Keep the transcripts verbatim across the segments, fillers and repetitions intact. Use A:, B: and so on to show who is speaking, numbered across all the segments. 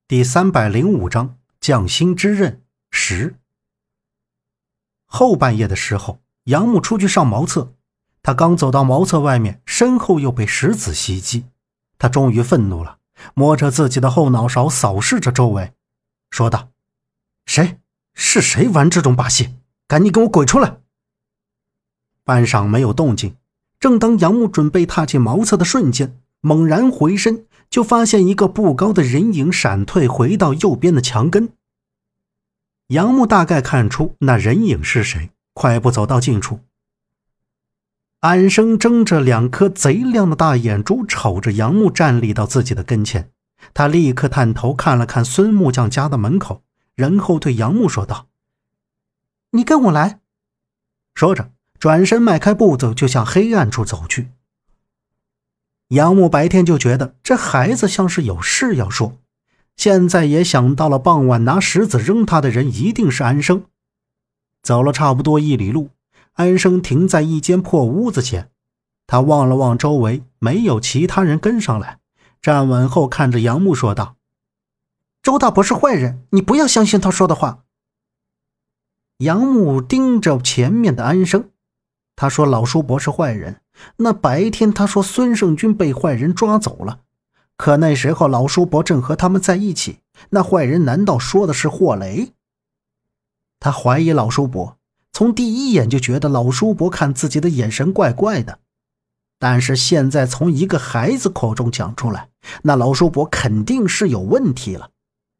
A: 第三百零五章匠心之刃十。后半夜的时候，杨木出去上茅厕，他刚走到茅厕外面，身后又被石子袭击。他终于愤怒了，摸着自己的后脑勺，扫视着周围，说道：谁？是谁玩这种把戏？赶紧给我滚出来！半晌没有动静，正当杨木准备踏进茅厕的瞬间，猛然回身，就发现一个不高的人影闪退回到右边的墙根。杨木大概看出那人影是谁，快步走到近处。安生睁着两颗贼亮的大眼珠，瞅着杨木站立到自己的跟前。他立刻探头看了看孙木匠家的门口，然后对杨木说道：你跟我来。说着转身迈开步子就向黑暗处走去。杨木白天就觉得这孩子像是有事要说，现在也想到了傍晚拿石子扔他的人一定是安生。走了差不多一里路，安生停在一间破屋子前，他望了望周围，没有其他人跟上来，站稳后看着杨木说道：周大伯是坏人，你不要相信他说的话。杨木盯着前面的安生，他说老叔伯是坏人，那白天他说孙胜军被坏人抓走了，可那时候老叔伯正和他们在一起，那坏人难道说的是霍雷？他怀疑老叔伯，从第一眼就觉得老叔伯看自己的眼神怪怪的，但是现在从一个孩子口中讲出来，那老叔伯肯定是有问题了。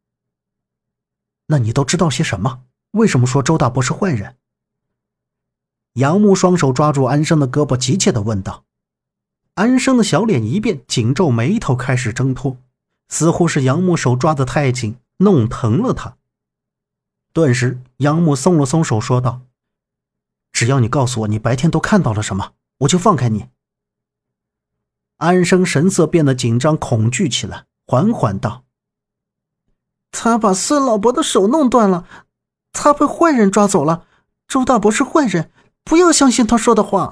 A: 那你都知道些什么？为什么说周大伯是坏人？杨木双手抓住安生的胳膊，急切地问道。安生的小脸一变，紧皱眉头开始挣脱，似乎是杨木手抓得太紧，弄疼了他。顿时杨木松了松手，说道：只要你告诉我你白天都看到了什么，我就放开你。安生神色变得紧张恐惧起来，缓缓道：他把孙老伯的手弄断了，他被坏人抓走了，周大伯是坏人，不要相信他说的话。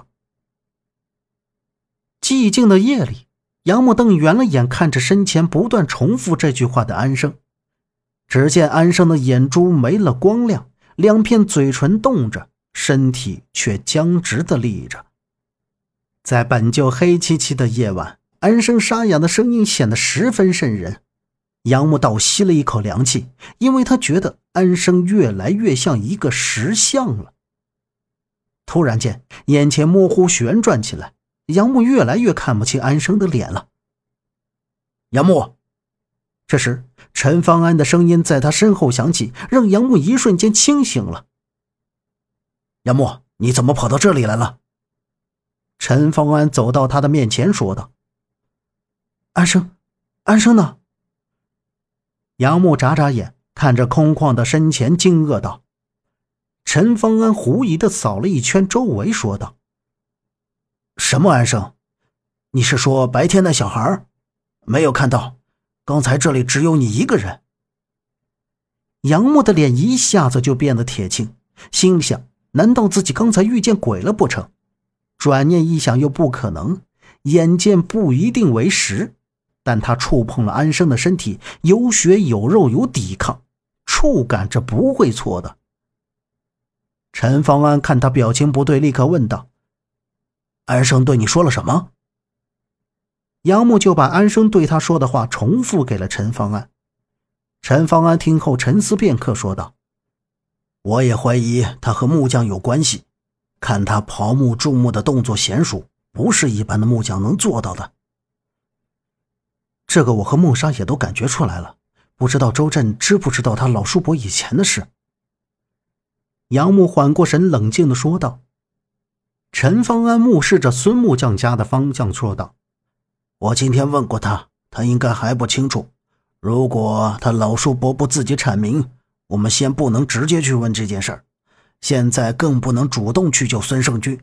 A: 寂静的夜里，杨木瞪圆了眼看着身前不断重复这句话的安生，只见安生的眼珠没了光亮，两片嘴唇动着，身体却僵直地立着。在本就黑漆漆的夜晚，安生沙哑的声音显得十分瘆人。杨木倒吸了一口凉气，因为他觉得安生越来越像一个石像了。突然间眼前模糊旋转起来，杨木越来越看不清安生的脸了。杨木！这时陈方安的声音在他身后响起，让杨木一瞬间清醒了。杨木，你怎么跑到这里来了？陈方安走到他的面前说道。安生，安生呢？杨木眨眨眼，看着空旷的身前，惊愕道。陈方安狐疑地扫了一圈周围，说道：什么安生？你是说白天那小孩？没有看到，刚才这里只有你一个人。杨木的脸一下子就变得铁青，心里想，难道自己刚才遇见鬼了不成？转念一想又不可能，眼见不一定为实，但他触碰了安生的身体，有血有肉有抵抗，触感这不会错的。陈方安看他表情不对，立刻问道：安生对你说了什么？杨木就把安生对他说的话重复给了陈方安。陈方安听后沉思片刻，说道：我也怀疑他和木匠有关系，看他刨木筑木的动作娴熟，不是一般的木匠能做到的。这个我和孟莎也都感觉出来了，不知道周震知不知道他老叔伯以前的事。杨木缓过神，冷静地说道。陈方安目视着孙木匠家的方向说道：我今天问过他，他应该还不清楚，如果他老叔伯不自己阐明，我们先不能直接去问这件事儿，现在更不能主动去救孙胜军。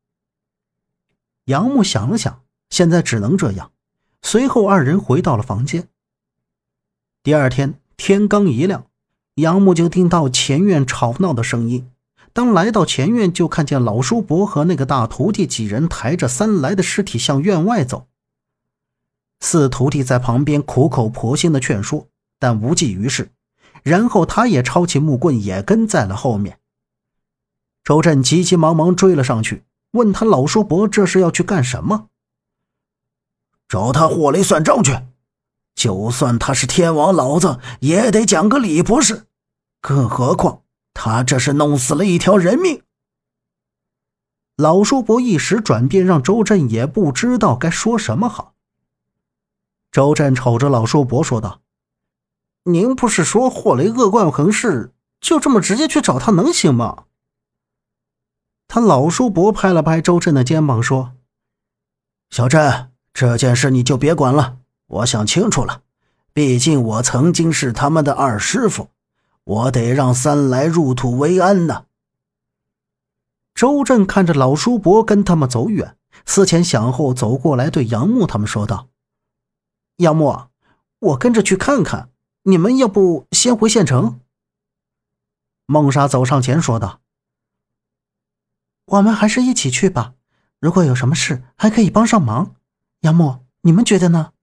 A: 杨木想了想，现在只能这样。随后二人回到了房间。第二天天刚一亮，杨木就听到前院吵闹的声音。当来到前院，就看见老叔伯和那个大徒弟几人抬着三来的尸体向院外走。四徒弟在旁边苦口婆心的劝说， 但无济于事，然后他也抄起木棍也跟在了后面。周震急急忙忙追了上去，问他老叔伯这是要去干什么。
B: 找他霍雷算账去，就算他是天王老子也得讲个理不是，更何况他这是弄死了一条人命。
A: 老叔伯一时转变，让周震也不知道该说什么好。周震瞅着老叔伯说道：您不是说霍雷恶贯横事，就这么直接去找他能行吗？他老叔伯拍了拍周震的肩膀说：
B: 小震，这件事你就别管了，我想清楚了，毕竟我曾经是他们的二师傅，我得让三来入土为安呢。
A: 周震看着老叔伯跟他们走远，思前想后走过来对杨木他们说道：杨木，我跟着去看看，你们要不先回县城？孟莎走上前说道：我们还是一起去吧，如果有什么事还可以帮上忙。杨木，你们觉得呢？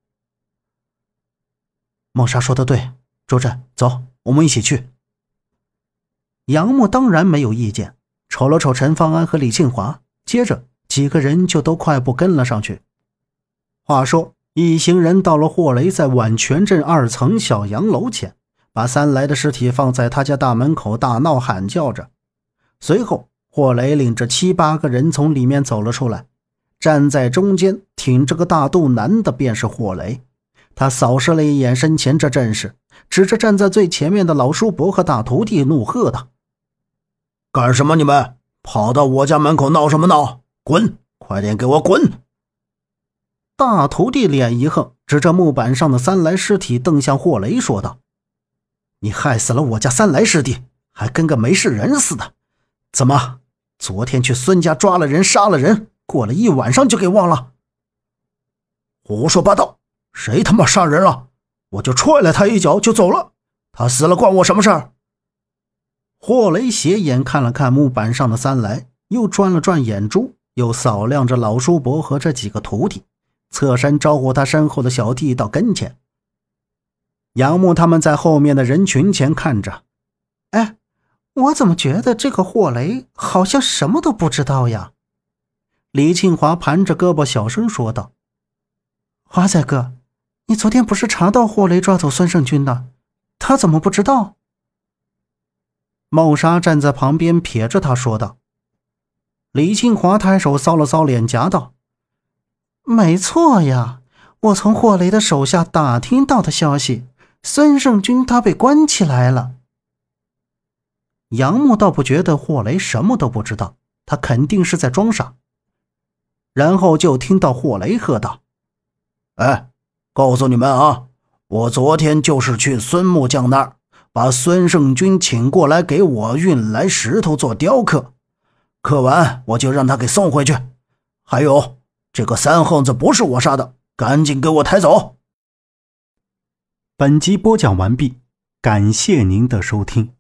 A: 孟莎说的对，周震，走，我们一起去。杨木当然没有意见，瞅了瞅陈方安和李庆华，接着几个人就都快步跟了上去。话说一行人到了霍雷在宛泉镇二层小洋楼前，把三来的尸体放在他家大门口大闹喊叫着。随后霍雷领着七八个人从里面走了出来，站在中间挺着个大肚腩的便是霍雷。他扫视了一眼身前这阵势，指着站在最前面的老叔伯和大徒弟怒喝道：
B: 干什么你们？跑到我家门口闹什么闹？滚，快点给我滚！
A: 大徒弟脸一横，指着木板上的三来尸体瞪向霍雷说道：你害死了我家三来师弟，还跟个没事人似的，怎么昨天去孙家抓了人杀了人，过了一晚上就给忘了？
B: 胡说八道，谁他妈杀人了？我就踹了他一脚就走了，他死了关我什么事儿？
A: 霍雷斜眼看了看木板上的三来，又转了转眼珠，又扫亮着老叔伯和这几个徒弟，侧身招呼他身后的小弟到跟前。杨木他们在后面的人群前看着，哎，我怎么觉得这个霍雷好像什么都不知道呀？李庆华盘着胳膊小声说道：华仔哥，你昨天不是查到霍雷抓走孙胜军的，他怎么不知道？茂莎站在旁边撇着他说道。李庆华抬手搔了搔脸颊道：没错呀，我从霍雷的手下打听到的消息，孙胜军他被关起来了。杨木倒不觉得霍雷什么都不知道，他肯定是在装傻。然后就听到霍雷喝道：
B: 哎，告诉你们啊，我昨天就是去孙木匠那儿，把孙胜军请过来给我运来石头做雕刻，刻完我就让他给送回去。还有，这个三横子不是我杀的，赶紧给我抬走。
A: 本集播讲完毕，感谢您的收听。